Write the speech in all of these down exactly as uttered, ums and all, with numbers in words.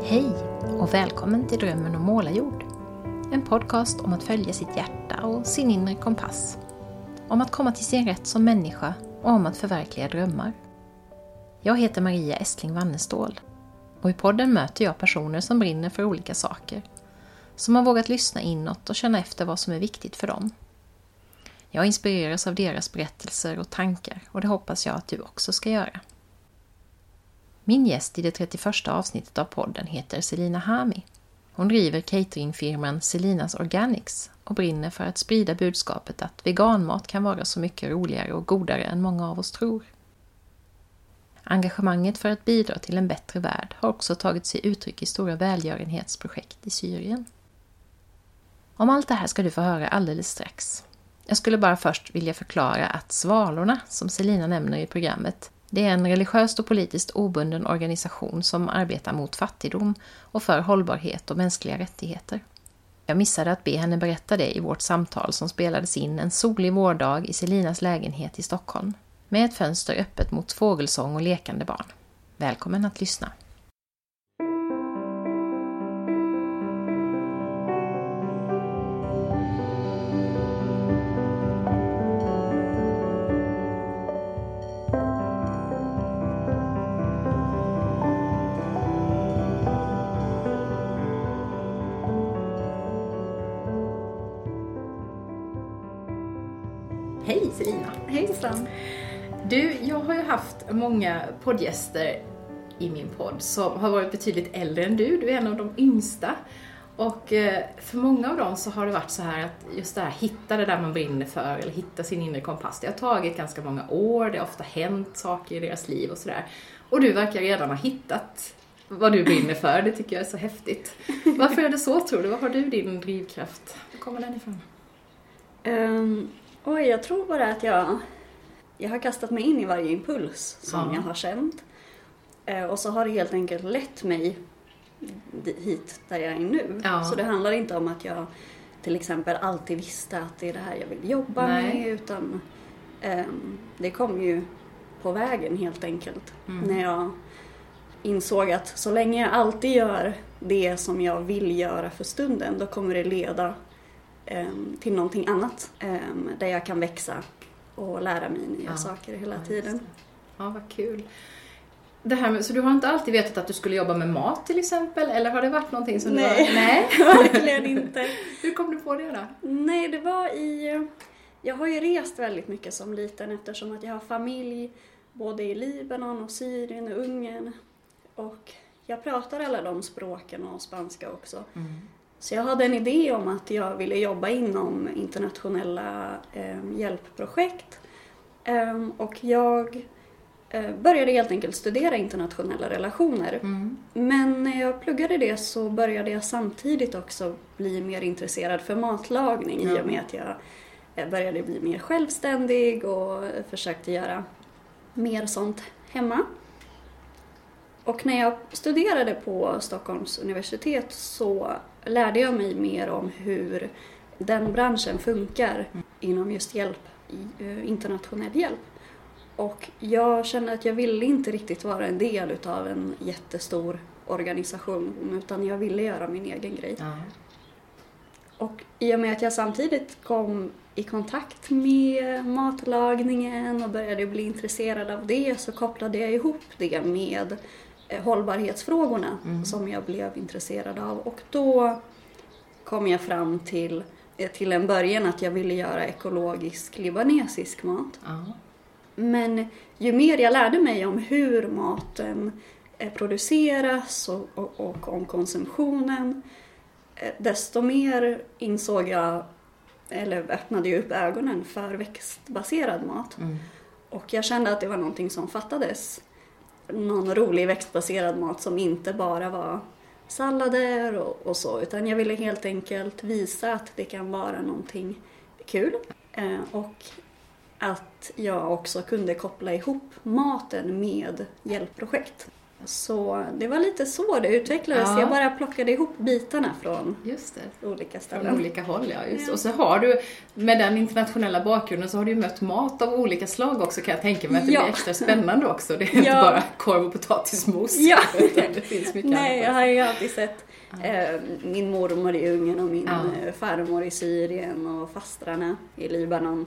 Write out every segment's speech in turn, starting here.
Hej och välkommen till Drömmen om målarjord. En podcast om att följa sitt hjärta och sin inre kompass. Om att komma till sin rätt som människa och om att förverkliga drömmar. Jag heter Maria Estling Wannestål och i podden möter jag personer som brinner för olika saker. Som har vågat lyssna inåt och känna efter vad som är viktigt för dem. Jag inspireras av deras berättelser och tankar och det hoppas jag att du också ska göra. Min gäst i det trettioförsta avsnittet av podden heter Selina Hami. Hon driver cateringfirman Selinas Organics och brinner för att sprida budskapet att veganmat kan vara så mycket roligare och godare än många av oss tror. Engagemanget för att bidra till en bättre värld har också tagit sig uttryck i stora välgörenhetsprojekt i Syrien. Om allt det här ska du få höra alldeles strax. Jag skulle bara först vilja förklara att Svalorna, som Selina nämner i programmet, det är en religiöst och politiskt obunden organisation som arbetar mot fattigdom och för hållbarhet och mänskliga rättigheter. Jag missade att be henne berätta det i vårt samtal som spelades in en solig vårdag i Selinas lägenhet i Stockholm, med ett fönster öppet mot fågelsång och lekande barn. Välkommen att lyssna. Hej Selina! Hejsan! Du, jag har ju haft många poddgäster i min podd som har varit betydligt äldre än du. Du är en av de yngsta. Och för många av dem så har det varit så här att just det här, hitta det där man brinner för eller hitta sin inre kompass. Det har tagit ganska många år, det har ofta hänt saker i deras liv och sådär. Och du verkar redan ha hittat vad du brinner för, det tycker jag är så häftigt. Varför är det så, tror du? Vad har du din drivkraft? Var kommer den ifrån? Um... Oj, jag tror bara att jag, jag har kastat mig in i varje impuls som ja. jag har känt. Eh, och så har det helt enkelt lett mig hit där jag är nu. Ja. Så det handlar inte om att jag till exempel alltid visste att det är det här jag vill jobba Nej. med. Utan eh, det kom ju på vägen helt enkelt. Mm. När jag insåg att så länge jag alltid gör det som jag vill göra för stunden, då kommer det leda till någonting annat där jag kan växa och lära mig nya ja, saker hela ja, tiden. Ja, vad kul. Det här med, så du har inte alltid vetat att du skulle jobba med mat till exempel? Eller har det varit någonting som Nej, du var... Nej, verkligen inte. Hur kom du på det då? Nej, det var i... Jag har ju rest väldigt mycket som liten eftersom att jag har familj både i Libanon och Syrien och Ungern. Och jag pratar alla de språken och spanska också. Mm. Så jag hade en idé om att jag ville jobba inom internationella eh, hjälpprojekt. Eh, och jag eh, började helt enkelt studera internationella relationer. Mm. Men när jag pluggade det så började jag samtidigt också bli mer intresserad för matlagning. Mm. I och med att jag eh, började bli mer självständig och försökte göra mer sånt hemma. Och när jag studerade på Stockholms universitet så lärde jag mig mer om hur den branschen funkar inom just hjälp, internationell hjälp. Och jag kände att jag ville inte riktigt vara en del av en jättestor organisation utan jag ville göra min egen grej. Ja. Och i och med att jag samtidigt kom i kontakt med matlagningen och började bli intresserad av det så kopplade jag ihop det med hållbarhetsfrågorna mm. som jag blev intresserad av. Och då kom jag fram till, till en början att jag ville göra ekologisk libanesisk mat. Mm. Men ju mer jag lärde mig om hur maten produceras och, och, och om konsumtionen, desto mer insåg jag, eller öppnade jag upp ögonen för växtbaserad mat. Mm. Och jag kände att det var någonting som fattades. Någon rolig växtbaserad mat som inte bara var sallader och, och så. Utan jag ville helt enkelt visa att det kan vara någonting kul. Eh, och att jag också kunde koppla ihop maten med hjälpprojekt. Så det var lite så det utvecklades. Ja. Jag bara plockade ihop bitarna från Just det. olika ställen. Från olika håll, ja. Just. Ja. Och så har du, med den internationella bakgrunden, så har du ju mött mat av olika slag också, kan jag tänka mig. Att det Ja. blir extra spännande också. Det är Ja. inte bara korv och potatismos. Ja. Utan det finns mycket Nej, jag annat. har ju alltid sett eh, min mormor i Ungern och min Ja. eh, farmor i Syrien och fastrarna i Libanon.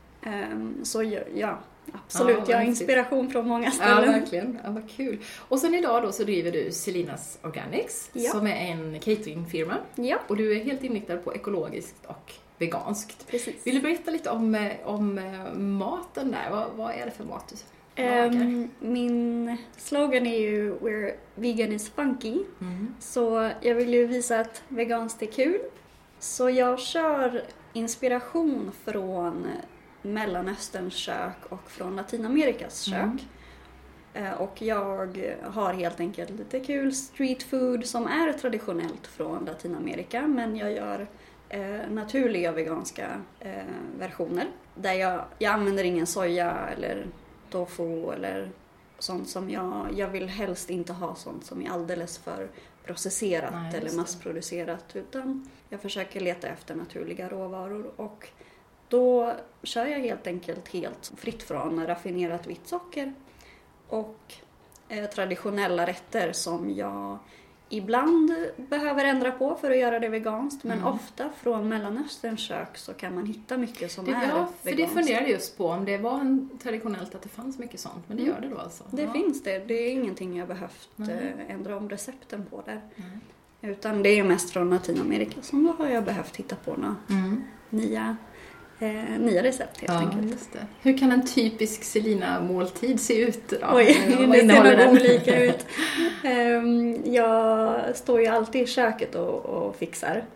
Eh, så ja, ja, absolut. Ja, vad jag har häftigt. inspiration från många Ja, ställen. verkligen. Ja, vad kul. Och sen idag då så driver du Celinas Organics, Ja. som är en cateringfirma. Ja, Och du är helt inriktad på ekologiskt och veganskt. precis. Vill du berätta lite om, eh, om eh, maten där? Vad, vad är det för mat du lagar? Ehm, min slogan är ju "Where vegan is funky". Mm. Så jag vill ju visa att veganskt är kul. Så jag kör inspiration från Mellanösterns kök och från Latinamerikas kök. Mm. Eh, Och jag har helt enkelt lite kul street food som är traditionellt från Latinamerika, men jag gör eh, naturliga veganska eh, versioner. Där jag, jag använder ingen soja eller tofu eller sånt som jag... Jag vill helst inte ha sånt som är alldeles för processerat. Nej, just eller det. massproducerat, utan jag försöker leta efter naturliga råvaror, och då kör jag helt enkelt helt fritt från raffinerat vitt socker och eh, traditionella rätter som jag ibland behöver ändra på för att göra det veganskt, men Mm. ofta från Mellanösterns kök så kan man hitta mycket som Det, är ja, för det veganskt. funderade just på om det var en, traditionellt att det fanns mycket sånt, men det Mm. gör det då alltså? Det Ja. finns det. Det är ingenting jag behövt Nej. eh, ändra om recepten på där. Nej. Utan det är mest från Latinamerika som då har jag behövt hitta på några Mm. nya, eh, nya recept helt Ja, enkelt. just det. Hur kan en typisk Celina-måltid se ut då? Oj, Eh, vad det ser innehåller nog den? olika ut. Ehm, jag står ju alltid i köket och, och fixar.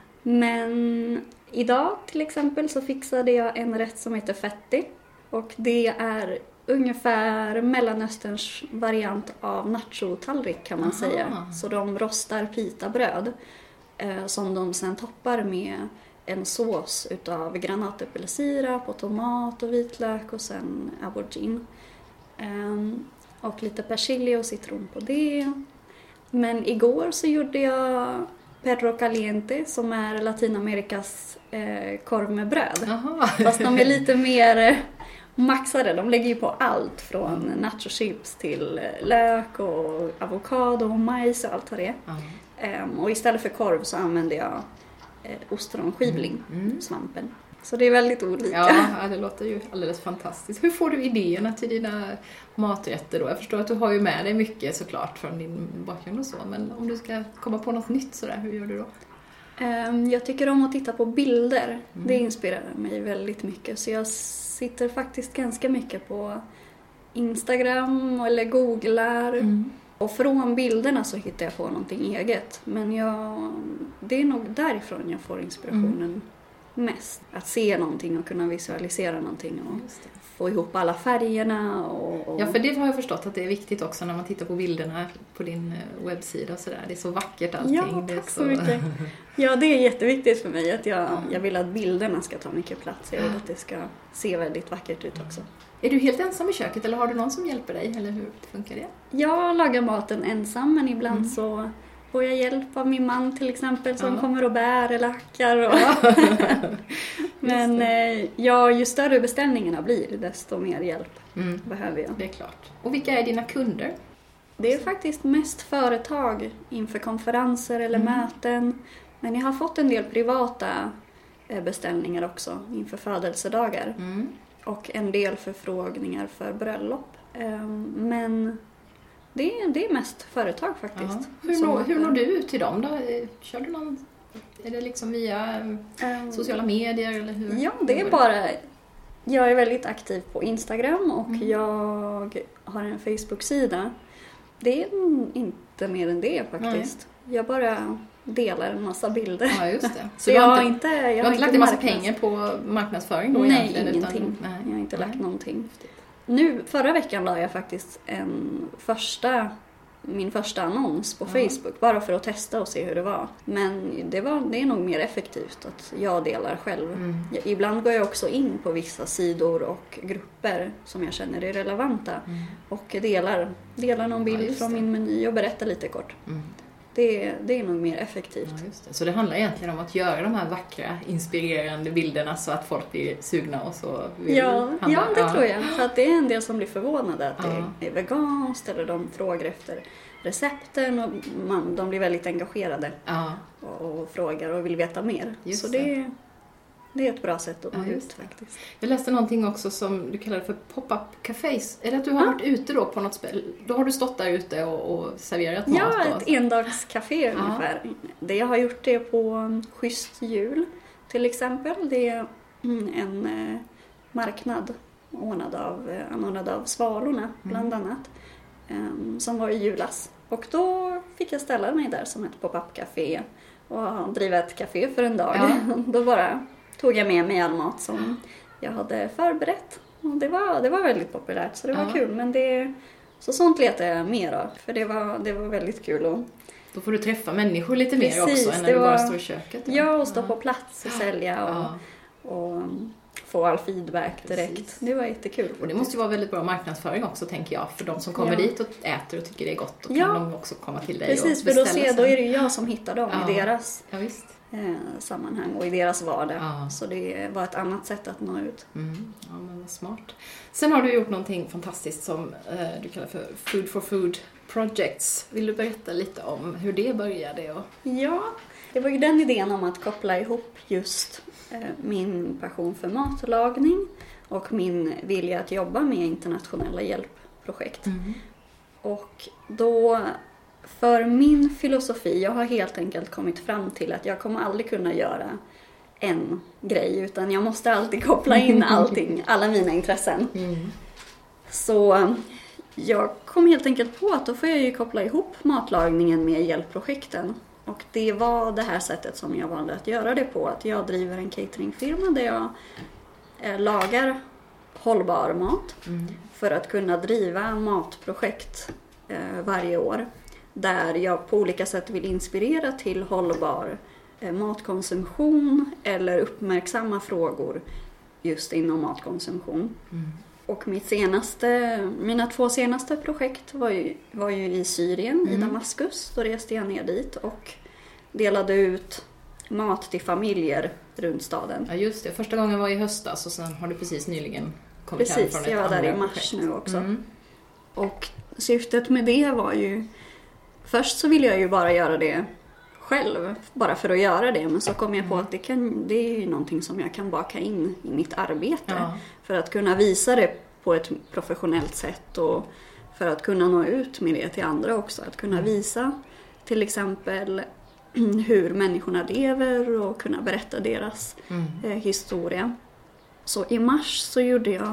Men idag till exempel så fixade jag en rätt som heter fetti. Och det är ungefär Mellanösterns variant av nacho-tallrik kan man Aha. säga. Så de rostar pitabröd eh, som de sen toppar med en sås utav granatäppelsirap och tomat och vitlök och sen aubergine. Ehm, och lite persilja och citron på det. Men igår så gjorde jag perro caliente som är Latinamerikas eh, korv med bröd. Jaha. Fast de är lite mer eh, maxade. De lägger ju på allt från nacho chips till eh, lök och avokado och majs och allt vad det är. Ja. Ehm, och istället för korv så använder jag eh, ostronskivling, Mm. svampen. Så det är väldigt olika. Ja, ja, det låter ju alldeles fantastiskt. Hur får du idéerna till dina maträtter då? Jag förstår att du har ju med dig mycket såklart från din bakgrund och så, men om du ska komma på något nytt sådär, hur gör du då? Ehm, Jag tycker om att titta på bilder. Mm. Det inspirerar mig väldigt mycket. Så jag sitter faktiskt ganska mycket på Instagram eller googlar. Mm. Och från bilderna så hittar jag på någonting eget. Men jag, det är nog därifrån jag får inspirationen mest. Att se någonting och kunna visualisera någonting och Just det. få ihop alla färgerna. Och, och... Ja, för det har jag förstått att det är viktigt också när man tittar på bilderna på din eh, webbsida och sådär. Det är så vackert allting. Ja, Det är tack så mycket. Ja, det är jätteviktigt för mig att jag, Ja. jag vill att bilderna ska ta mycket plats. Jag vill att det ska se väldigt vackert ut också. Är du helt ensam i köket eller har du någon som hjälper dig? Eller hur funkar det? Jag lagar maten ensam, men ibland Mm. så får jag hjälp av min man till exempel som Ja. kommer och bär eller hackar. Och men eh, ja, ju större beställningarna blir, desto mer hjälp Mm. behöver jag. Det är klart. Och vilka är dina kunder? Det är faktiskt mest företag inför konferenser eller Mm. möten. Men jag har fått en del privata eh, beställningar också inför födelsedagar. Mm. Och en del förfrågningar för bröllop. Ehm, Men det är, det är mest företag faktiskt. Ja. Hur, Som- når, hur når du ut till dem då? Eh, Kör du någon... Är det liksom via eh, Ehm, sociala medier eller hur? Ja, det är bara... Jag är väldigt aktiv på Instagram och Mm. jag har en Facebook-sida. Det är inte mer än det faktiskt. Jag bara delar en massa bilder. Ja, just det. Så jag har inte, jag du har inte lagt en massa marknads- pengar på marknadsföring då Nej, egentligen? ingenting. Utan, nej. Jag har inte lagt Nej. någonting. Nu, förra veckan la jag faktiskt en första min första annons på ja. Facebook bara för att testa och se hur det var. Men det, var, det är nog mer effektivt att jag delar själv. Mm. Jag, ibland går jag också in på vissa sidor och grupper som jag känner är relevanta mm. och delar, delar någon bild ja, från min meny och berättar lite kort. Mm. Det, det är nog mer effektivt. Ja, just det. Så det handlar egentligen om att göra de här vackra, inspirerande bilderna så att folk blir sugna och så vill ja, handla. Ja, det ja. tror jag. För att det är en del som blir förvånade att ja. det är veganskt eller de frågar efter recepten och man, de blir väldigt engagerade ja. och, och frågar och vill veta mer. Just så det, det, det är ett bra sätt att nå ja, ut faktiskt. Jag läste någonting också som du kallar för pop-up cafés. Är det att du har ja. varit ute då på något spel? Då har du stått där ute och, och serverat mat? Ja, då? ett endagscafé ja. ungefär. Det jag har gjort det på Schysst jul till exempel. Det är en eh, marknad ordnad av, anordnad av Svalorna mm. bland annat. Um, som var i julas. Och då fick jag ställa mig där som ett pop-up café och driva ett café för en dag. Ja. Då bara tog jag med mig all mat som jag hade förberett. Och det var, det var väldigt populärt så det var ja. kul. Men det, så sånt letar jag mer av. För det var, det var väldigt kul. Och, då får du träffa människor lite mer precis, också än när du bara står i köket. Ja, ja och stå ja. på plats och sälja och, ja. och få all feedback direkt. Precis. Det var jättekul. Och det måste ju vara väldigt bra marknadsföring också tänker jag. För de som kommer ja. dit och äter och tycker det är gott. Då ja. kan de också komma till dig precis, och beställa. Precis, för då, ser, då är det ju jag som hittar dem ja. i deras ja, visst. Eh, sammanhang och i deras vardag. Ja. Så det var ett annat sätt att nå ut. Mm. Ja, men vad smart. Sen har du gjort någonting fantastiskt som eh, du kallar för Food for Food Projects. Vill du berätta lite om hur det började? Och... Ja, det var ju den idén om att koppla ihop just eh, min passion för matlagning och min vilja att jobba med internationella hjälpprojekt. Mm. Och då, för min filosofi, jag har helt enkelt kommit fram till att jag kommer aldrig kunna göra en grej utan jag måste alltid koppla in allting, alla mina intressen. Mm. Så jag kom helt enkelt på att då får jag ju koppla ihop matlagningen med hjälpprojekten. Och det var det här sättet som jag valde att göra det på. Att jag driver en cateringfirma där jag eh, lagar hållbar mat mm. för att kunna driva matprojekt eh, varje år. Där jag på olika sätt vill inspirera till hållbar eh, matkonsumtion eller uppmärksamma frågor just inom matkonsumtion. Mm. Och mitt senaste, mina två senaste projekt var ju, var ju i Syrien, mm. i Damaskus. Då reste jag ner dit och delade ut mat till familjer runt staden. Ja just det, första gången var i höstas och sen har du precis nyligen kommit precis, hem från ett jag var där i mars projekt. nu också. Mm. Och syftet med det var ju, först så ville jag ju bara göra det själv, bara för att göra det. Men så kom jag på att det, kan, det är ju någonting som jag kan baka in i mitt arbete. Ja. För att kunna visa det på ett professionellt sätt och för att kunna nå ut med det till andra också. Att kunna visa till exempel hur människorna lever och kunna berätta deras mm. eh, historia. Så i mars så gjorde jag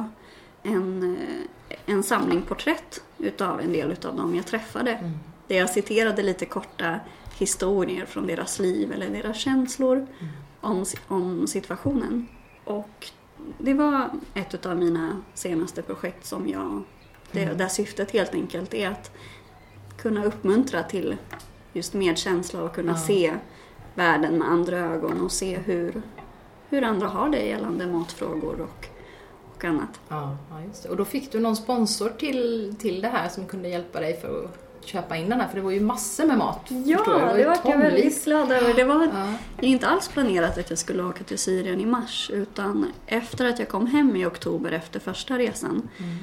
en, en samling porträtt utav en del utav dem jag träffade. Mm. Där jag citerade lite korta historier från deras liv eller deras känslor mm. om, om situationen. Och det var ett av mina senaste projekt som jag, det, mm. där syftet helt enkelt är att kunna uppmuntra till just medkänsla och kunna ja. se världen med andra ögon och se hur, hur andra har det gällande matfrågor och, och annat. Ja, just det. Och då fick du någon sponsor till, till det här som kunde hjälpa dig för att köpa in den här, för det var ju massor med mat. Ja, det var, det var jag väldigt glad över. Det var ja. inte alls planerat att jag skulle åka till Syrien i mars, utan efter att jag kom hem i oktober efter första resan mm.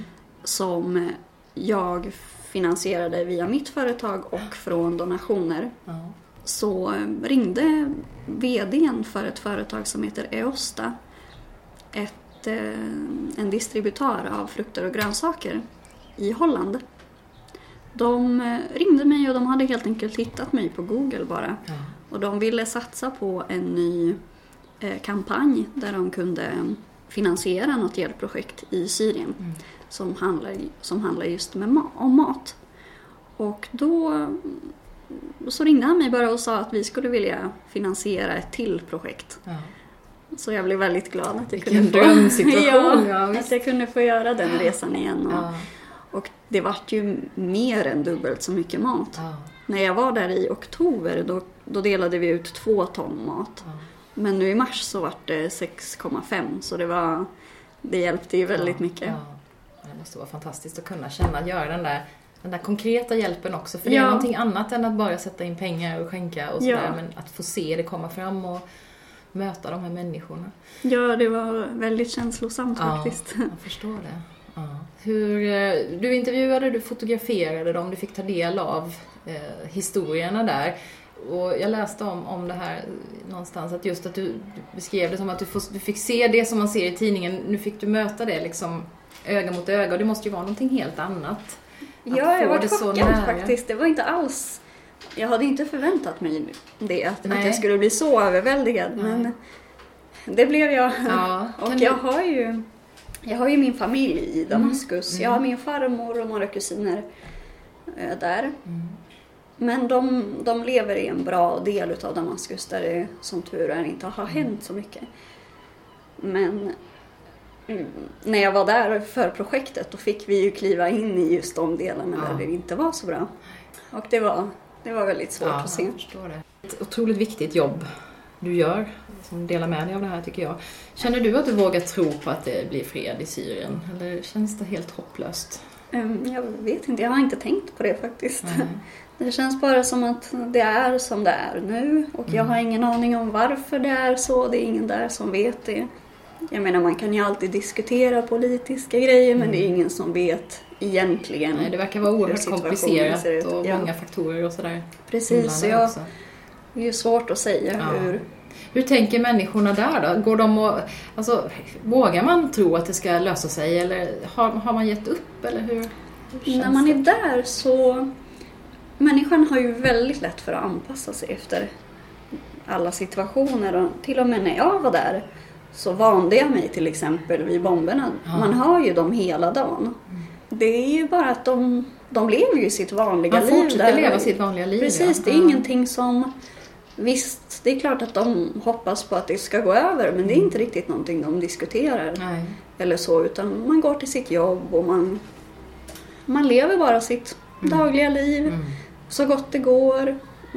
som jag finansierade via mitt företag och från donationer ja. så ringde vdn för ett företag som heter Eosta, ett, en distributör av frukter och grönsaker i Holland. De ringde mig och de hade helt enkelt hittat mig på Google bara. Ja. Och de ville satsa på en ny eh, kampanj där de kunde finansiera något hjälpprojekt i Syrien mm. som, handlar, som handlar just med ma- om mat. Och då så ringde han mig bara och sa att vi skulle vilja finansiera ett till projekt. Ja. Så jag blev väldigt glad att jag, kunde få, ja, ja, att jag kunde få göra den resan igen. Och, ja. Och det var ju mer än dubbelt så mycket mat. Ja. När jag var där i oktober då, då delade vi ut två ton mat. Ja. Men nu i mars så var det sex komma fem, så det var det hjälpte ju väldigt ja, mycket. Ja. Det måste vara fantastiskt att kunna känna, göra den där, den där konkreta hjälpen också. För det Ja. är någonting annat än att bara sätta in pengar och skänka och sådär. Ja. Men att få se det komma fram och möta de här människorna. Ja, det var väldigt känslosamt Ja, faktiskt. jag förstår det. Ja. Hur, du intervjuade, du fotograferade dem, du fick ta del av eh, historierna där. Och jag läste om, om det här någonstans, att just att du beskrev det som att du, får, du fick se det som man ser i tidningen. Nu fick du möta det liksom öga mot öga, och det måste ju vara någonting helt annat. Ja, jag var det så chockad nära. faktiskt. Det var inte alls... Jag hade inte förväntat mig det, att, att Nej. jag skulle bli så överväldigad. Nej. Men det blev jag. Ja, Och kan jag du- har ju... Jag har ju min familj i Damaskus. Mm. Jag har min farmor och några kusiner eh, där. Mm. Men de, de lever i en bra del av Damaskus där det som tur är inte har hänt så mycket. Men mm, när jag var där för projektet då fick vi ju kliva in i just de delarna Ja. där det inte var så bra. Och det var, det var väldigt svårt Ja, att se. jag förstår det. Ett otroligt viktigt jobb du gör, som delar med dig av det här tycker jag. Känner du att du vågar tro på att det blir fred i Syrien? Eller känns det helt hopplöst? Um, jag vet inte, jag har inte tänkt på det faktiskt. Nej. Det känns bara som att det är som det är nu. Och jag Mm. har ingen aning om varför det är så. Det är ingen där som vet det. Jag menar, man kan ju alltid diskutera politiska grejer. Men det är ingen som vet egentligen. Nej, det verkar vara hur oerhört situationen komplicerat ser ut. och Ja. många faktorer och sådär. Precis, så inblandade jag, också. det är ju svårt att säga Ja. hur... Hur tänker människorna där då? Går de och, alltså, vågar man tro att det ska lösa sig eller har, har man gett upp? Eller hur, hur känns När man det? är där så... Människan har ju väldigt lätt för att anpassa sig efter alla situationer. Och till och med när jag var där så vande jag mig till exempel vid bomberna. Ja. Man har ju dem hela dagen. Det är ju bara att de, de lever ju sitt vanliga Man liv. fortsätter där. leva sitt vanliga liv. Precis, ja. det är Ja. ingenting som... Visst, det är klart att de hoppas på att det ska gå över. Men det är inte riktigt någonting de diskuterar. Nej. Eller så, utan man går till sitt jobb och man, man lever bara sitt Mm. dagliga liv Mm. så gott det går.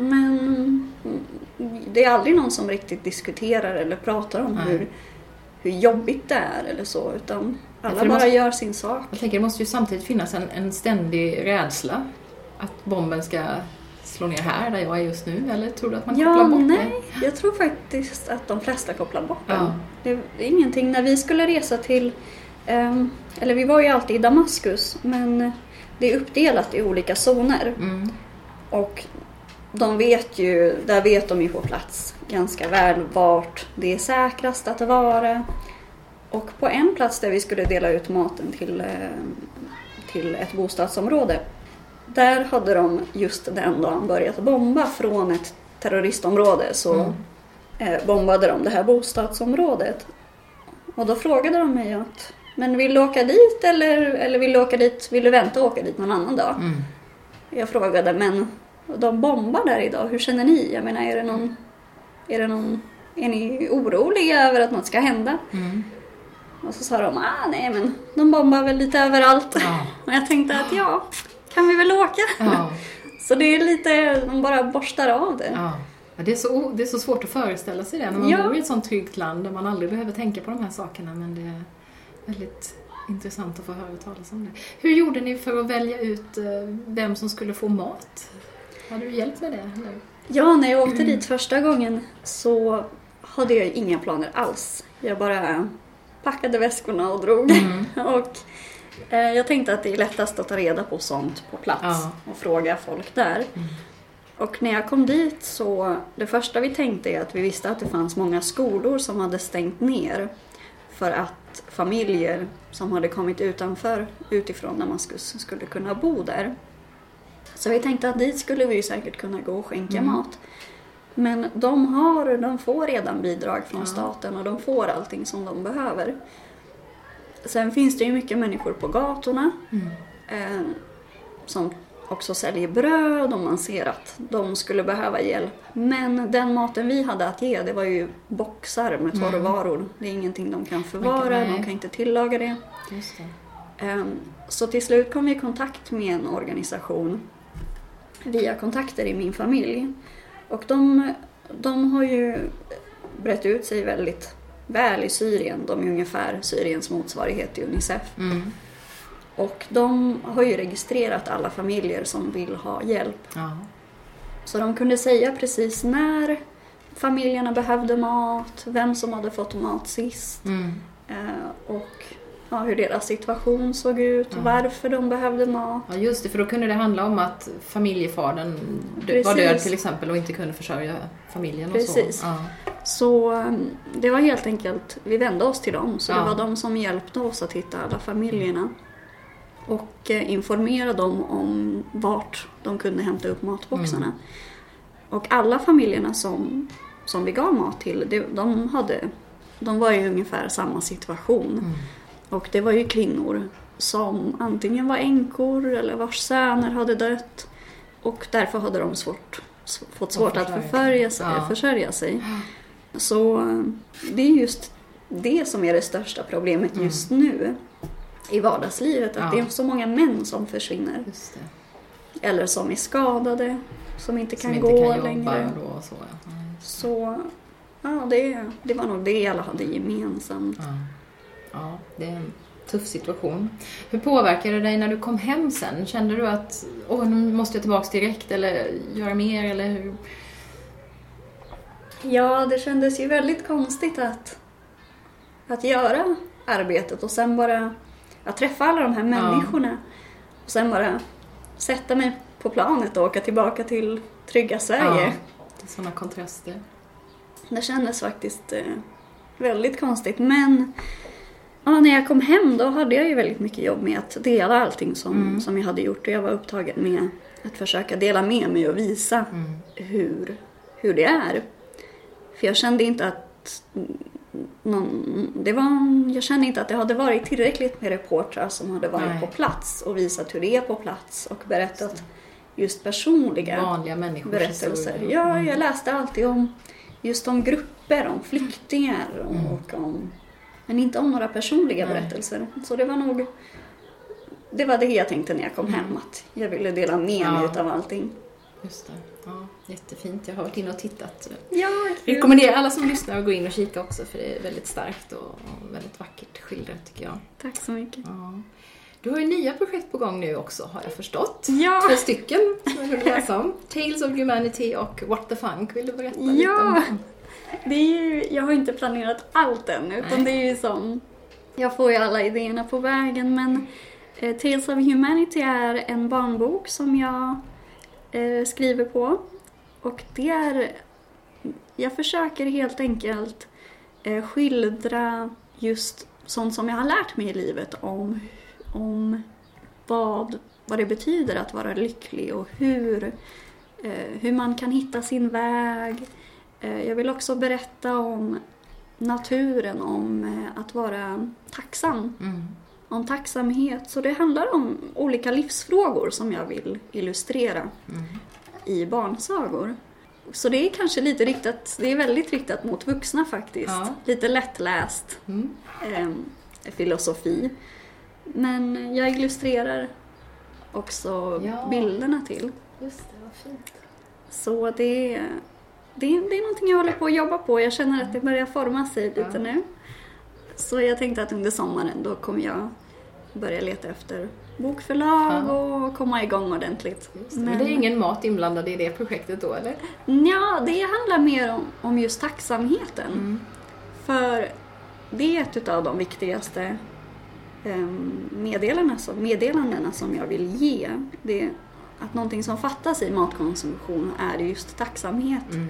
Men det är aldrig någon som riktigt diskuterar eller pratar om Nej. hur, hur jobbigt det är eller så, utan alla för det bara måste- gör sin sak. Jag tänker det måste ju samtidigt finnas en, en ständig rädsla att bomben ska slå ner här där jag är just nu, eller tror du att man kopplar Ja, bort nej, jag tror faktiskt att de flesta kopplar bort den. Ja. Det är ingenting. När vi skulle resa till, ehm, eller vi var ju alltid i Damaskus, men det är uppdelat i olika zoner. det? Mm. Och de vet ju, där vet de ju på plats ganska väl vart det är säkrast att vara. Och på en plats där vi skulle dela ut maten till, eh, till ett bostadsområde, där hade de just den dagen börjat bomba från ett terroristområde. Så Mm. eh, bombade de det här bostadsområdet. Och då frågade de mig att, men vill du åka dit eller, eller vill du åka dit, vill du vänta och åka dit någon annan dag? Mm. Jag frågade, men de bombar där idag, hur känner ni? Jag menar, är det någon, är det någon, är ni oroliga över att något ska hända? Mm. Och så sa de, ah nej men de bombar väl lite överallt. Ja. Och jag tänkte att ja, kan vi väl åka? Ja. Så det är lite, de bara borstar av det. Ja. Ja, det, är så, det är så svårt att föreställa sig det när man Ja. bor i ett sånt tryggt land där man aldrig behöver tänka på de här sakerna, men det är väldigt intressant att få höra talas om det. Hur gjorde ni för att välja ut eh, vem som skulle få mat? Hade du hjälp med det? Eller? Ja, när jag åkte dit första gången så hade jag inga planer alls. Jag bara packade väskorna och drog. Mm. och eh, jag tänkte att det är lättast att ta reda på sånt på plats Ja. och fråga folk där. Mm. Och när jag kom dit så, det första vi tänkte är att vi visste att det fanns många skolor som hade stängt ner för att familjer som hade kommit utanför, utifrån Damaskus skulle kunna bo där. Så vi tänkte att dit skulle vi ju säkert kunna gå och skänka Mm. mat. Men de, har, de får redan bidrag från Ja. staten och de får allting som de behöver. Sen finns det ju mycket människor på gatorna Mm. eh, som också säljer bröd och man ser att de skulle behöva hjälp. Men den maten vi hade att ge, det var ju boxar med torrvaror. Det är ingenting de kan förvara, nej. de kan inte tillaga det. Just det. Så till slut kom vi i kontakt med en organisation via kontakter i min familj. Och de, de har ju brett ut sig väldigt väl i Syrien. De är ungefär Syriens motsvarighet till Unicef. Mm. Och de har ju registrerat alla familjer som vill ha hjälp. Ja. Så de kunde säga precis när familjerna behövde mat, vem som hade fått mat sist. Mm. Och ja, hur deras situation såg ut, ja. Varför de behövde mat. Ja, just det, för då kunde det handla om att familjefadern var död till exempel och inte kunde försörja familjen. Precis. Och så. Ja. Så det var helt enkelt, vi vände oss till dem. Så ja. Det var de som hjälpte oss att hitta alla familjerna. Och eh, informera dem om vart de kunde hämta upp matboxarna. Mm. Och alla familjerna som, som vi gav mat till, det, de, hade, de var i ungefär samma situation. Mm. Och det var ju kvinnor som antingen var änkor eller vars söner hade dött. Och därför hade de svårt, fått svårt att försörja sig. Ja. försörja sig. Så det är just det som är det största problemet just mm. nu i vardagslivet. Att ja. Det är så många män som försvinner. Just det. Eller som är skadade, som inte som kan inte gå kan längre. Då och så, ja. Så ja, det, det var nog det alla hade gemensamt. Ja. Ja, det är en tuff situation. Hur påverkade det dig när du kom hem sen? Kände du att åh, nu måste jag tillbaka direkt eller göra mer? Eller hur? Ja, det kändes ju väldigt konstigt att, att göra arbetet och sen bara att träffa alla de här människorna. Ja. Och sen bara sätta mig på planet och åka tillbaka till trygga Sverige. Ja, det är sådana kontraster. Det kändes faktiskt eh, väldigt konstigt, men ja, när jag kom hem då hade jag ju väldigt mycket jobb med att dela allting som, mm. som jag hade gjort. Och jag var upptagen med att försöka dela med mig och visa mm. hur, hur det är. För jag kände inte att någon, det var, jag kände inte att det hade varit tillräckligt med reportrar som hade varit Nej. På plats och visat hur det är på plats och berättat just personliga vanliga människors berättelser. historia. Ja, jag läste alltid om just om grupper, om flyktingar mm. och om, men inte om några personliga Nej. Berättelser. Så det var nog, det var det jag tänkte när jag kom hem, att jag ville dela med ja. Mig av allting. Just det. Ja, jättefint. Jag har varit inne och tittat. Ja, jag rekommenderar alla som lyssnar att gå in och kika också, för det är väldigt starkt och väldigt vackert skildrat tycker jag. Tack så mycket. Ja. Du har ju nya projekt på gång nu också, har jag förstått. Ja. Två stycken som jag vill läsa om. Tales of Humanity och What the Funk. Vill du berätta ja. lite om dem? Det är ju, jag har inte planerat allt än, utan det är ju som, jag får ju alla idéerna på vägen, men eh, Tales of Humanity är en barnbok som jag eh, skriver på, och det är, jag försöker helt enkelt eh, skildra just sånt som jag har lärt mig i livet om, om vad, vad det betyder att vara lycklig och hur, eh, hur man kan hitta sin väg. Jag vill också berätta om naturen, om att vara tacksam, mm. om tacksamhet. Så det handlar om olika livsfrågor som jag vill illustrera mm. i barnsagor. Så det är kanske lite riktat, det är väldigt riktat mot vuxna faktiskt. Ja. Lite lättläst mm. eh, filosofi. Men jag illustrerar också ja. Bilderna till. Just det, vad fint. Så det är... Det är, det är någonting jag håller på att jobba på. Jag känner att det börjar forma sig lite ja. Nu. Så jag tänkte att under sommaren då kommer jag börja leta efter bokförlag ja. Och komma igång ordentligt. Det. Men, Men det är ingen mat inblandad i det projektet då, eller? Ja, det handlar mer om, om just tacksamheten. Mm. För det är ett av de viktigaste meddelandena, meddelandena som jag vill ge. Det är att någonting som fattas i matkonsumtion är just tacksamhet. Mm.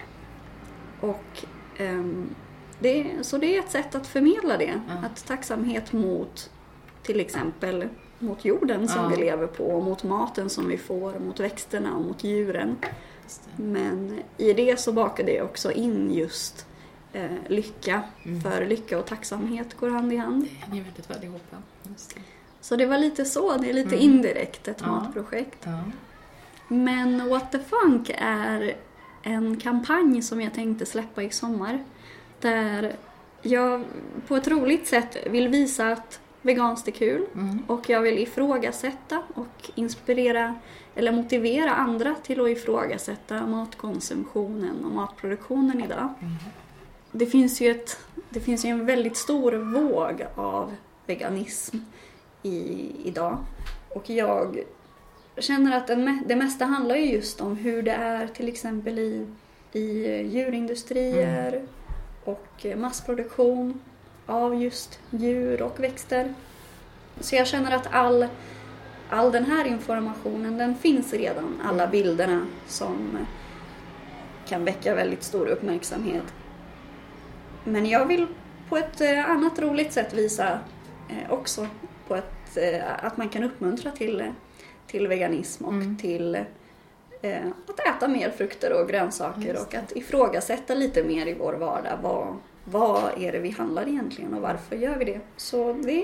Och um, det, så det är ett sätt att förmedla det. Ja. Att tacksamhet mot till exempel mot jorden som ja. Vi lever på, mot maten som vi får, mot växterna och mot djuren. Men i det så bakar det också in just eh, lycka. Mm. För lycka och tacksamhet går hand i hand. Det är väldigt väl ihop. Just det. Så det var lite så, det är lite mm. indirekt ett ja. Matprojekt. Ja. Men What the Funk är en kampanj som jag tänkte släppa i sommar. Där jag på ett roligt sätt vill visa att veganskt är kul Mm. och jag vill ifrågasätta och inspirera eller motivera andra till att ifrågasätta matkonsumtionen och matproduktionen idag. Mm. Det finns ju ett, det finns ju en väldigt stor våg av veganism i, idag. Och jag känner att den, det mesta handlar ju just om hur det är till exempel i, i djurindustrier mm. och massproduktion av just djur och växter. Så jag känner att all, all den här informationen, den finns redan. Alla bilderna som kan väcka väldigt stor uppmärksamhet. Men jag vill på ett annat roligt sätt visa också på ett, att man kan uppmuntra till, till veganism och mm. till att äta mer frukter och grönsaker och att ifrågasätta lite mer i vår vardag. Vad, vad är det vi handlar egentligen och varför gör vi det? Så det,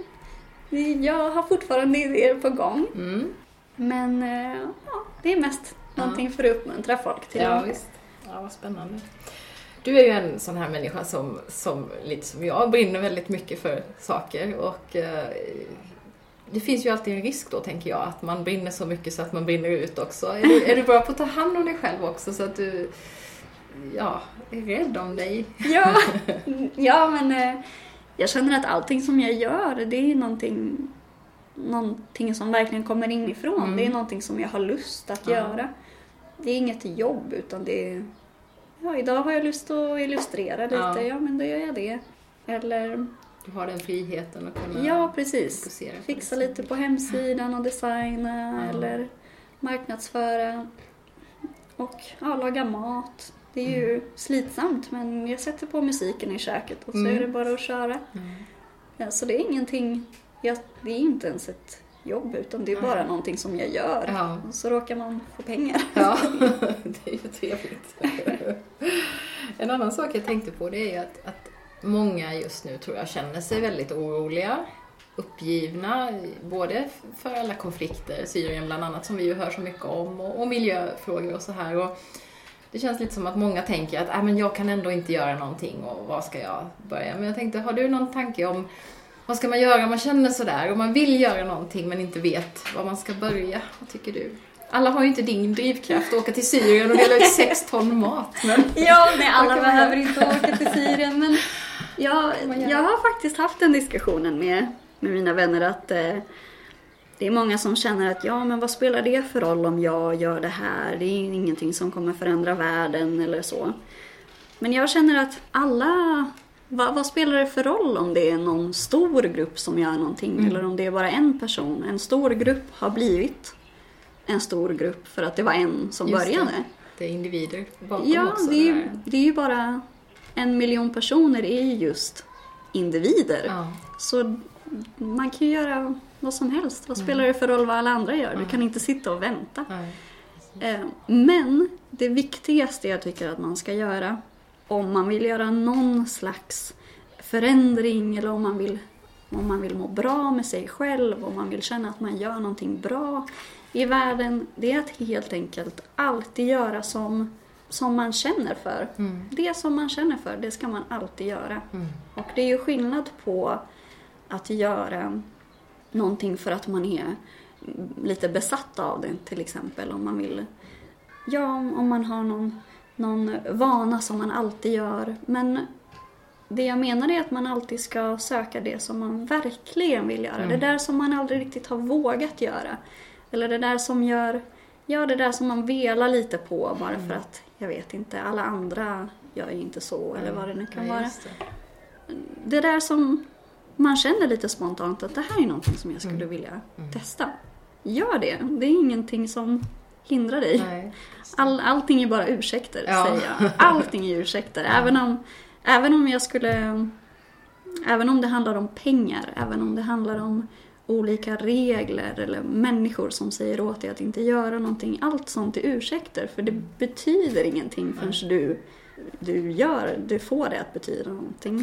jag har fortfarande idéer på gång. Mm. Men ja, det är mest ja. någonting för att uppmuntra folk till. Ja, visst. Ja, vad spännande. Du är ju en sån här människa som, som lite som jag brinner väldigt mycket för saker och eh, det finns ju alltid en risk då, tänker jag, att man brinner så mycket så att man brinner ut också. Är du, är du bra på att ta hand om dig själv också så att du ja, är rädd om dig? Ja, ja men eh, jag känner att allting som jag gör, det är någonting, någonting som verkligen kommer inifrån. Mm. Det är någonting som jag har lust att ja. göra. Det är inget jobb utan det är ja, idag har jag lust att illustrera lite. Ja, ja men då gör jag det. Eller du har den friheten att kunna ja, precis. Fixa lite på hemsidan och designa ja. eller marknadsföra och ja, laga mat. Det är ju mm. slitsamt men jag sätter på musiken i köket och så mm. är det bara att köra. Mm. Ja, så det är ingenting, jag, det är inte ens ett jobb utan det är bara mm. någonting som jag gör. Ja. Och så råkar man få pengar. Ja, det är ju trevligt. En annan sak jag tänkte på det är att, att många just nu tror jag känner sig väldigt oroliga, uppgivna, både för alla konflikter, Syrien bland annat som vi ju hör så mycket om och, och miljöfrågor och så här. Och det känns lite som att många tänker att äh, men jag kan ändå inte göra någonting och vad ska jag börja? Men jag tänkte, har du någon tanke om vad ska man göra om man känner sådär och man vill göra någonting men inte vet var man ska börja? Vad tycker du? Alla har ju inte din drivkraft att åka till Syrien och dela ut sex ton mat. Men ja, nej, alla behöver inte åka till Syrien. Men jag, jag har faktiskt haft den diskussionen med, med mina vänner att eh, det är många som känner att ja, men vad spelar det för roll om jag gör det här? Det är ingenting som kommer förändra världen eller så. Men jag känner att alla... Vad, vad spelar det för roll om det är någon stor grupp som gör någonting mm. eller om det är bara en person? En stor grupp har blivit en stor grupp för att det var en som Just började. Det. det är individer bakom ja, också. Det är, det är ju bara en miljon personer är just individer. Ja. Så man kan ju göra vad som helst. Vad spelar det för roll vad alla andra gör? Du kan inte sitta och vänta. Nej. Men det viktigaste jag tycker att man ska göra om man vill göra någon slags förändring eller om man vill, om man vill må bra med sig själv, om man vill känna att man gör någonting bra i världen, det är att helt enkelt alltid göra som, som man känner för. Mm. Det som man känner för, det ska man alltid göra. Mm. Och det är ju skillnad på att göra någonting för att man är lite besatt av det, till exempel. Om man vill, ja, om man har någon någon vana som man alltid gör. Men det jag menar är att man alltid ska söka det som man verkligen vill göra. Mm. Det där som man aldrig riktigt har vågat göra. Eller det där som gör, ja, det där som man velar lite på bara mm. för att, jag vet inte, alla andra gör ju inte så. Mm. Eller vad det nu kan ja, vara. Det. det där som man känner lite spontant att det här är någonting som jag skulle mm. vilja mm. testa. Gör det. Det är ingenting som hindrar dig. Nej, All, allting är bara ursäkter, ja. säger jag. Allting är ursäkter. Ja. Även om, även om jag skulle... Även om det handlar om pengar, även om det handlar om olika regler eller människor som säger åt dig att inte göra någonting. Allt sånt är ursäkter, för det betyder ingenting förrän mm. du, du gör, du får det att betyda någonting.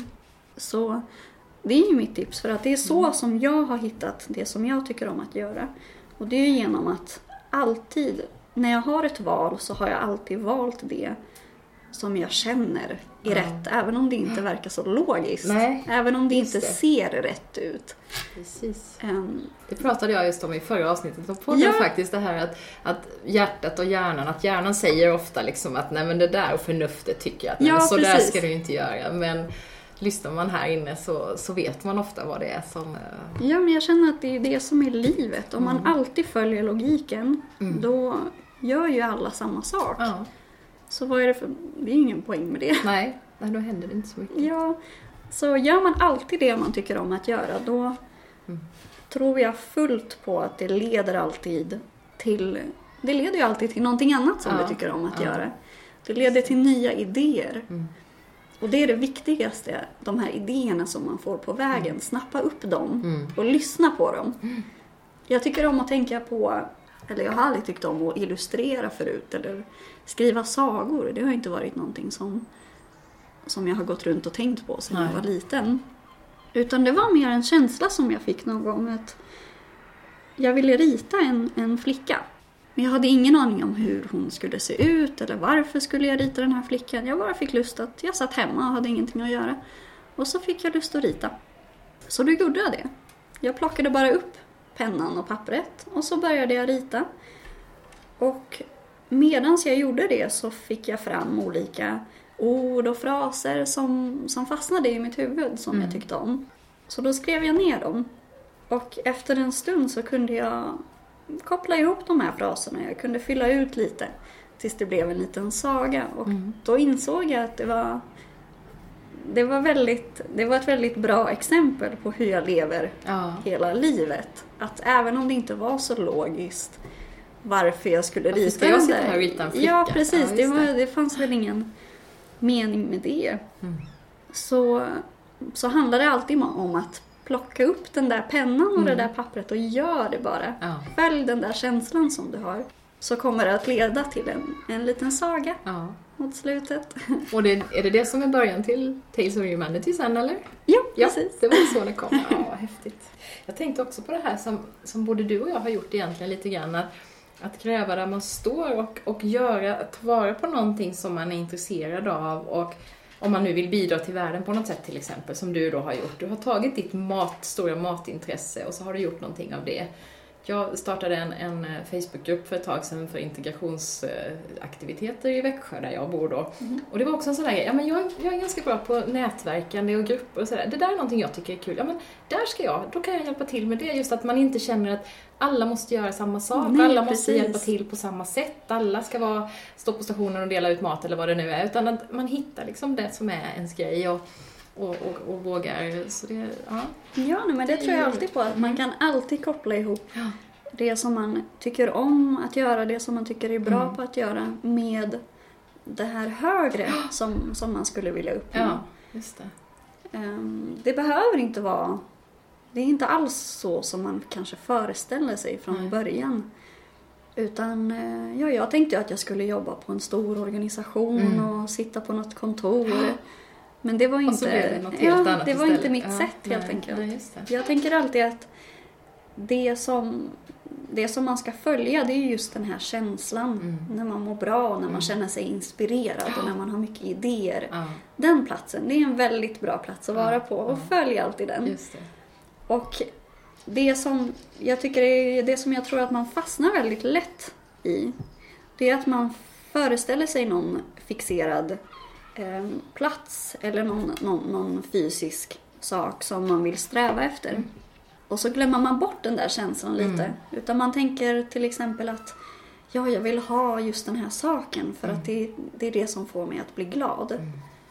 Så det är ju mitt tips, för att det är så mm. som jag har hittat det som jag tycker om att göra. Och det är genom att alltid, när jag har ett val så har jag alltid valt det som jag känner är Ja. rätt. Även om det inte verkar så logiskt. Nej, även om det just inte det. ser rätt ut. Precis. Um, Det pratade jag just om i förra avsnittet och podden Ja. faktiskt, det här att, att hjärtat och hjärnan, att hjärnan säger ofta liksom att nej men det där, och förnuftet tycker att nej, Ja, men så där precis. ska du inte göra, men lyssnar man här inne så, så vet man ofta vad det är som... eh, ja, men jag känner att det är det som är livet. Om man Mm. alltid följer logiken, Mm. då gör ju alla samma sak. Ja, Så vad är det för... Det är ju ingen poäng med det. nej, nej, då händer det inte så mycket. Ja, så gör man alltid det man tycker om att göra, då Mm. tror jag fullt på att det leder alltid till... Det leder ju alltid till någonting annat som Ja, du tycker om att ja. göra. Det leder till nya idéer. Mm. Och det är det viktigaste, de här idéerna som man får på vägen. Snappa upp dem Mm. och lyssna på dem. Jag tycker om att tänka på, eller jag har aldrig tyckt om att illustrera förut eller skriva sagor. Det har inte varit någonting som, som jag har gått runt och tänkt på sedan Nej. jag var liten. Utan det var mer en känsla som jag fick någon gång att jag ville rita en, en flicka. Men jag hade ingen aning om hur hon skulle se ut eller varför skulle jag rita den här flickan. Jag bara fick lust att, jag satt hemma och hade ingenting att göra. Och så fick jag lust att rita. Så då gjorde jag det. Jag plockade bara upp pennan och pappret och så började jag rita. Och medans jag gjorde det så fick jag fram olika ord och fraser som, som fastnade i mitt huvud som Mm. jag tyckte om. Så då skrev jag ner dem. Och efter en stund så kunde jag koppla ihop de här fraserna. Jag kunde fylla ut lite tills det blev en liten saga. Och Mm. då insåg jag att det var, det var, väldigt, det var ett väldigt bra exempel på hur jag lever Ja. hela livet. Att även om det inte var så logiskt varför jag skulle Varför rita ska jag den sitta där- här och rita en flicka? Ja, precis. Ja, det, just var, det. det fanns väl ingen mening med det. Mm. Så, så handlar det alltid om att plocka upp den där pennan och Mm. det där pappret och gör det bara. Ja. Följ den där känslan som du har. Så kommer det att leda till en, en liten saga Ja. mot slutet. Och det, är det det som är början till Tales of Humanity sen, eller? Ja, Ja, precis. det var så det kom. Ja, vad häftigt. Jag tänkte också på det här som, som både du och jag har gjort egentligen lite grann. Att, att gräva där man står och, och göra, ta vara på någonting som man är intresserad av. Och om man nu vill bidra till världen på något sätt till exempel, som du då har gjort. Du har tagit ditt mat, stora matintresse och så har du gjort någonting av det. Jag startade en, en Facebookgrupp för ett tag sedan för integrationsaktiviteter i Växjö där jag bor då. Mm. Och det var också en sån där grej, ja men jag, jag är ganska bra på nätverkande och grupper och sådär. Det där är någonting jag tycker är kul. Ja men där ska jag, då kan jag hjälpa till med det. Just att man inte känner att alla måste göra samma sak. Nej, alla måste precis. hjälpa till på samma sätt. Alla ska vara, stå på stationen och dela ut mat eller vad det nu är. Utan att man hittar liksom det som är ens grej och, och, och, och vågar. Så det, ja. Ja, nej, men det tror jag alltid på. Att man kan alltid koppla ihop Ja. det som man tycker om att göra, det som man tycker är bra Mm. på att göra med det här högre som, som man skulle vilja uppnå. Ja, just det. Ehm, Det behöver inte vara, det är inte alls så som man kanske föreställer sig från Nej. början. Utan eh, ja, jag tänkte ju att jag skulle jobba på en stor organisation Mm. och sitta på något kontor. Men det var inte, Och så blev det något helt ja, annat det var istället. inte mitt Ja, sätt helt nej, enkelt. nej, just det. Jag tänker alltid att det som, det som man ska följa, det är just den här känslan. Mm. När man mår bra, när man Mm. känner sig inspirerad och när man har mycket idéer. Ja, Den platsen, det är en väldigt bra plats att Ja, vara på. Och ja. följ alltid den. just det. Och det som jag tycker är det som jag tror att man fastnar väldigt lätt i, det är att man föreställer sig någon fixerad eh, plats eller någon, någon, någon fysisk sak som man vill sträva efter. Mm. Och så glömmer man bort den där känslan lite. Mm. Utan man tänker till exempel att ja, jag vill ha just den här saken för Mm. att det, det är det som får mig att bli glad. Mm.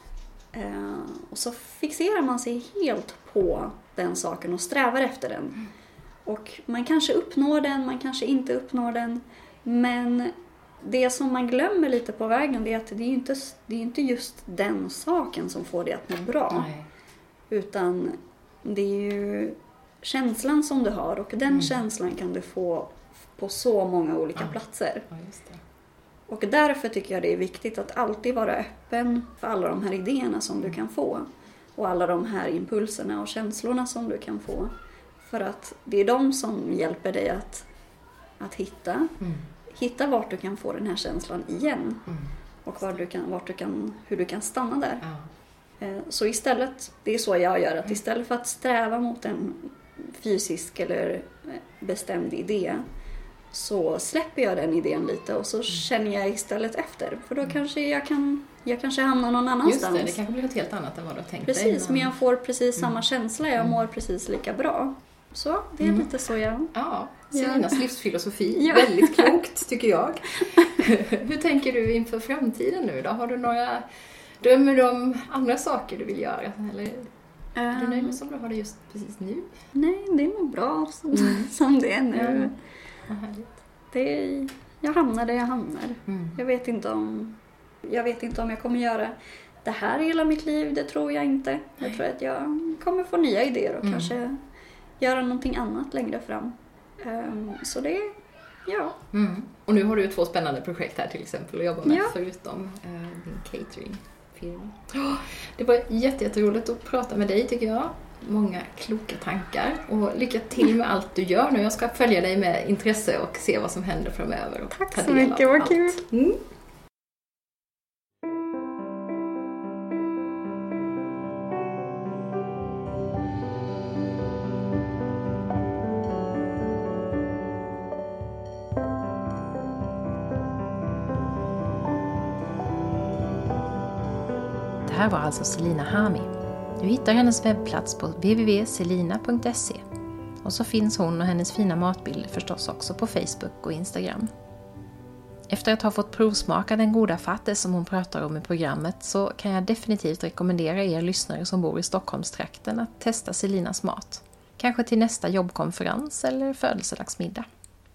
Eh, och så fixerar man sig helt på den saken och strävar efter den. Mm. Och man kanske uppnår den, man kanske inte uppnår den. Men det som man glömmer lite på vägen, det är att det är ju inte, det är inte just den saken som får dig att må bra. Nej. Utan det är ju känslan som du har, och den Mm. känslan kan du få på så många olika Ja. platser. Ja, just det. Och därför tycker jag det är viktigt att alltid vara öppen för alla de här idéerna som du kan få. Och alla de här impulserna och känslorna som du kan få. För att det är de som hjälper dig att, att hitta, Mm. hitta vart du kan få den här känslan igen. Mm. och var du kan, vart du kan, hur du kan stanna där. Ja. Så istället, det är så jag gör, att istället för att sträva mot en fysisk eller bestämd idé, så släpper jag den idén lite och så känner jag istället efter. För då mm. kanske jag kan jag kanske hamnar någon annanstans. Just det, det kanske blir något helt annat än vad du har tänkt precis, dig. Precis, men jag får precis samma mm. känsla. Jag mm. mår precis lika bra. Så det är mm. lite så jag... Ja, Selinas ja. livsfilosofi. Ja. Väldigt klokt, tycker jag. Hur tänker du inför framtiden nu då? Har du några... Drömmer du om andra saker du vill göra? Eller är du nöjd med som du har det just precis nu? Nej, det är nog bra som, mm. som det är nu. Ja. Vad härligt. Det är, jag hamnar där jag hamnar. Mm. Jag vet inte om jag vet inte om jag kommer göra det här hela mitt liv. Det tror jag inte. Jag Nej. tror att jag kommer få nya idéer och mm. kanske göra någonting annat längre fram. Um, så det ja. Mm. Och nu har du två spännande projekt här till exempel att jobba med ja. förutom uh, din cateringfirma. Oh, det var jätteroligt att prata med dig, tycker jag. Många kloka tankar och lycka till med allt du gör nu. Jag ska följa dig med intresse och se vad som händer framöver. Och tack ta så mycket, vad kul! Mm. Det här var alltså Selina Hami. Du hittar hennes webbplats på w w w punkt selina punkt se. Och så finns hon och hennes fina matbilder förstås också på Facebook och Instagram. Efter att ha fått provsmaka den goda fatte som hon pratar om i programmet, så kan jag definitivt rekommendera er lyssnare som bor i Stockholmstrakten att testa Selinas mat. Kanske till nästa jobbkonferens eller födelsedagsmiddag.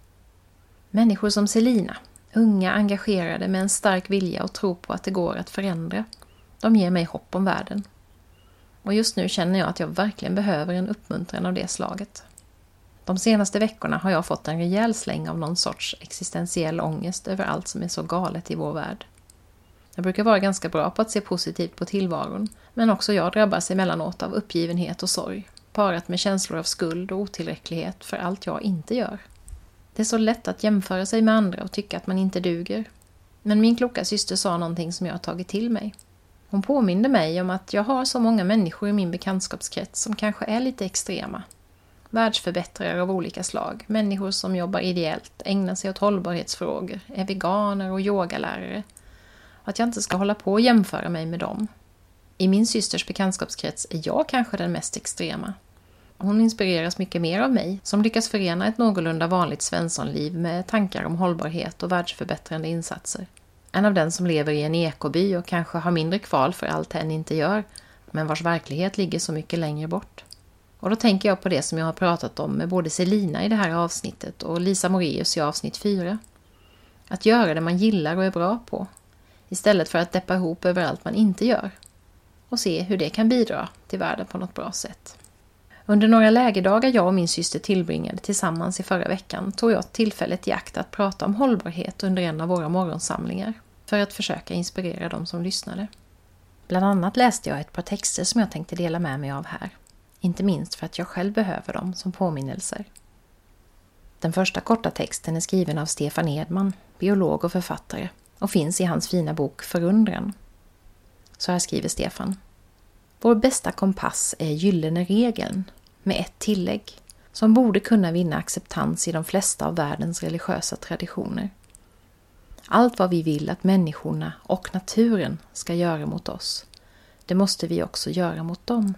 Människor som Selina, unga engagerade med en stark vilja och tro på att det går att förändra, de ger mig hopp om världen. Och just nu känner jag att jag verkligen behöver en uppmuntran av det slaget. De senaste veckorna har jag fått en rejäl släng av någon sorts existentiell ångest över allt som är så galet i vår värld. Jag brukar vara ganska bra på att se positivt på tillvaron, men också jag drabbas emellanåt av uppgivenhet och sorg, parat med känslor av skuld och otillräcklighet för allt jag inte gör. Det är så lätt att jämföra sig med andra och tycka att man inte duger. Men min kloka syster sa någonting som jag har tagit till mig. Hon påminde mig om att jag har så många människor i min bekantskapskrets som kanske är lite extrema. Världsförbättrare av olika slag, människor som jobbar ideellt, ägnar sig åt hållbarhetsfrågor, är veganer och yogalärare. Att jag inte ska hålla på och jämföra mig med dem. I min systers bekantskapskrets är jag kanske den mest extrema. Hon inspireras mycket mer av mig, som lyckas förena ett någorlunda vanligt svenssonliv med tankar om hållbarhet och världsförbättrande insatser. En av den som lever i en ekoby och kanske har mindre kval för allt hen inte gör, men vars verklighet ligger så mycket längre bort. Och då tänker jag på det som jag har pratat om med både Selina i det här avsnittet och Lisa Moraeus i avsnitt fyra. Att göra det man gillar och är bra på, istället för att deppa ihop över allt man inte gör. Och se hur det kan bidra till världen på något bra sätt. Under några lägerdagar jag och min syster tillbringade tillsammans i förra veckan tog jag tillfället i akt att prata om hållbarhet under en av våra morgonsamlingar för att försöka inspirera dem som lyssnade. Bland annat läste jag ett par texter som jag tänkte dela med mig av här. Inte minst för att jag själv behöver dem som påminnelser. Den första korta texten är skriven av Stefan Edman, biolog och författare, och finns i hans fina bok Förundran. Så här skriver Stefan. Vår bästa kompass är gyllene regeln, med ett tillägg, som borde kunna vinna acceptans i de flesta av världens religiösa traditioner. Allt vad vi vill att människorna och naturen ska göra mot oss, det måste vi också göra mot dem.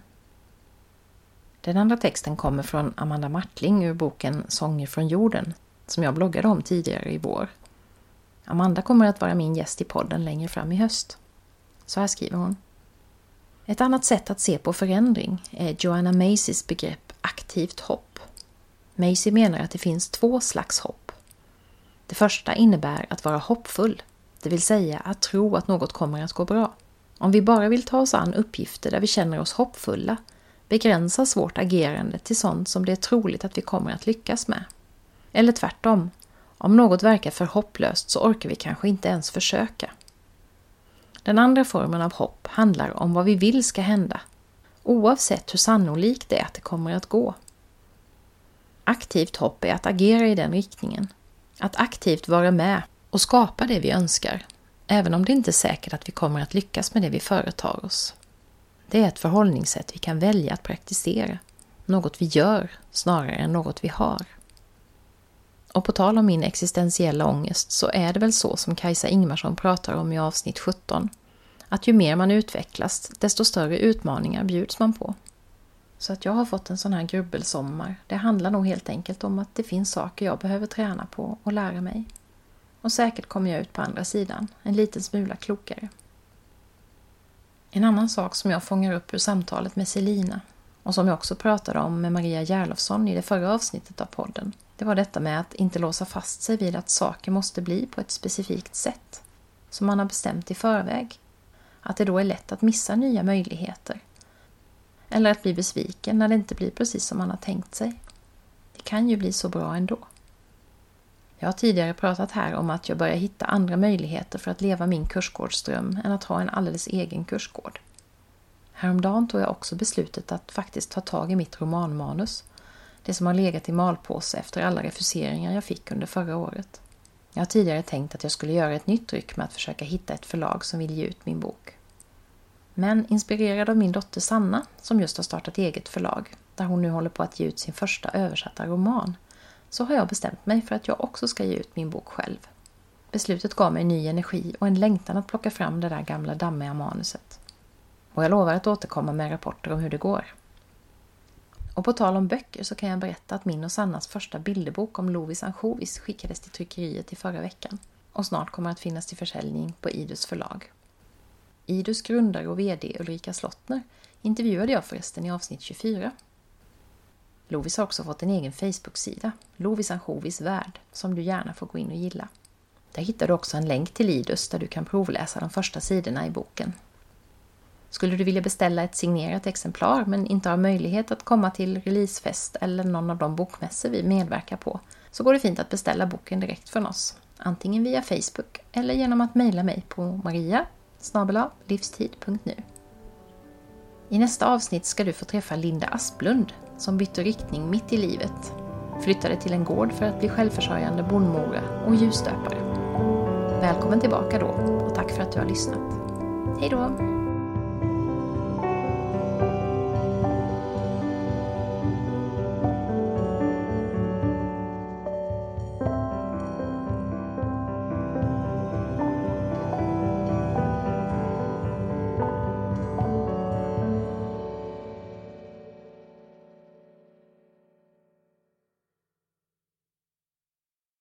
Den andra texten kommer från Amanda Martling ur boken Sånger från jorden, som jag bloggade om tidigare i vår. Amanda kommer att vara min gäst i podden längre fram i höst. Så här skriver hon. Ett annat sätt att se på förändring är Joanna Macy's begrepp aktivt hopp. Macy menar att det finns två slags hopp. Det första innebär att vara hoppfull, det vill säga att tro att något kommer att gå bra. Om vi bara vill ta oss an uppgifter där vi känner oss hoppfulla, begränsas vårt agerande till sånt som det är troligt att vi kommer att lyckas med. Eller tvärtom, om något verkar för hopplöst så orkar vi kanske inte ens försöka. Den andra formen av hopp handlar om vad vi vill ska hända, oavsett hur sannolikt det är att det kommer att gå. Aktivt hopp är att agera i den riktningen, att aktivt vara med och skapa det vi önskar, även om det inte är säkert att vi kommer att lyckas med det vi företar oss. Det är ett förhållningssätt vi kan välja att praktisera, något vi gör snarare än något vi har. Och på tal om min existentiella ångest så är det väl så som Kajsa Ingmarsson pratar om i avsnitt sjutton, att ju mer man utvecklas desto större utmaningar bjuds man på. Så att jag har fått en sån här grubbelsommar. Det handlar nog helt enkelt om att det finns saker jag behöver träna på och lära mig. Och säkert kommer jag ut på andra sidan, en liten smula klokare. En annan sak som jag fångar upp ur samtalet med Selina och som jag också pratade om med Maria Järlofsson i det förra avsnittet av podden, det var detta med att inte låsa fast sig vid att saker måste bli på ett specifikt sätt som man har bestämt i förväg. Att det då är lätt att missa nya möjligheter. Eller att bli besviken när det inte blir precis som man har tänkt sig. Det kan ju bli så bra ändå. Jag har tidigare pratat här om att jag börjar hitta andra möjligheter för att leva min kursgårdsdröm än att ha en alldeles egen kursgård. Häromdagen tog jag också beslutet att faktiskt ta tag i mitt romanmanus. Det som har legat i malpåse efter alla refuseringar jag fick under förra året. Jag har tidigare tänkt att jag skulle göra ett nytt tryck med att försöka hitta ett förlag som vill ge ut min bok. Men inspirerad av min dotter Sanna, som just har startat eget förlag, där hon nu håller på att ge ut sin första översatta roman, så har jag bestämt mig för att jag också ska ge ut min bok själv. Beslutet gav mig ny energi och en längtan att plocka fram det där gamla dammiga manuset. Och jag lovar att återkomma med rapporter om hur det går. Och på tal om böcker så kan jag berätta att min och Sannas första bilderbok om Lovis ansjovis skickades till tryckeriet i förra veckan och snart kommer att finnas till försäljning på Idus förlag. Idus grundare och vd Ulrika Slottner intervjuade jag förresten i avsnitt tjugofyra. Lovis har också fått en egen Facebook-sida, Lovis ansjovis värld, som du gärna får gå in och gilla. Där hittar du också en länk till Idus där du kan provläsa de första sidorna i boken. Skulle du vilja beställa ett signerat exemplar men inte har möjlighet att komma till releasefest eller någon av de bokmässor vi medverkar på, så går det fint att beställa boken direkt från oss. Antingen via Facebook eller genom att mejla mig på maria snabel-a livstid punkt nu. I nästa avsnitt ska du få träffa Linda Asplund som bytte riktning mitt i livet. Flyttade till en gård för att bli självförsörjande bondmora och ljusstöpare. Välkommen tillbaka då och tack för att du har lyssnat. Hej då!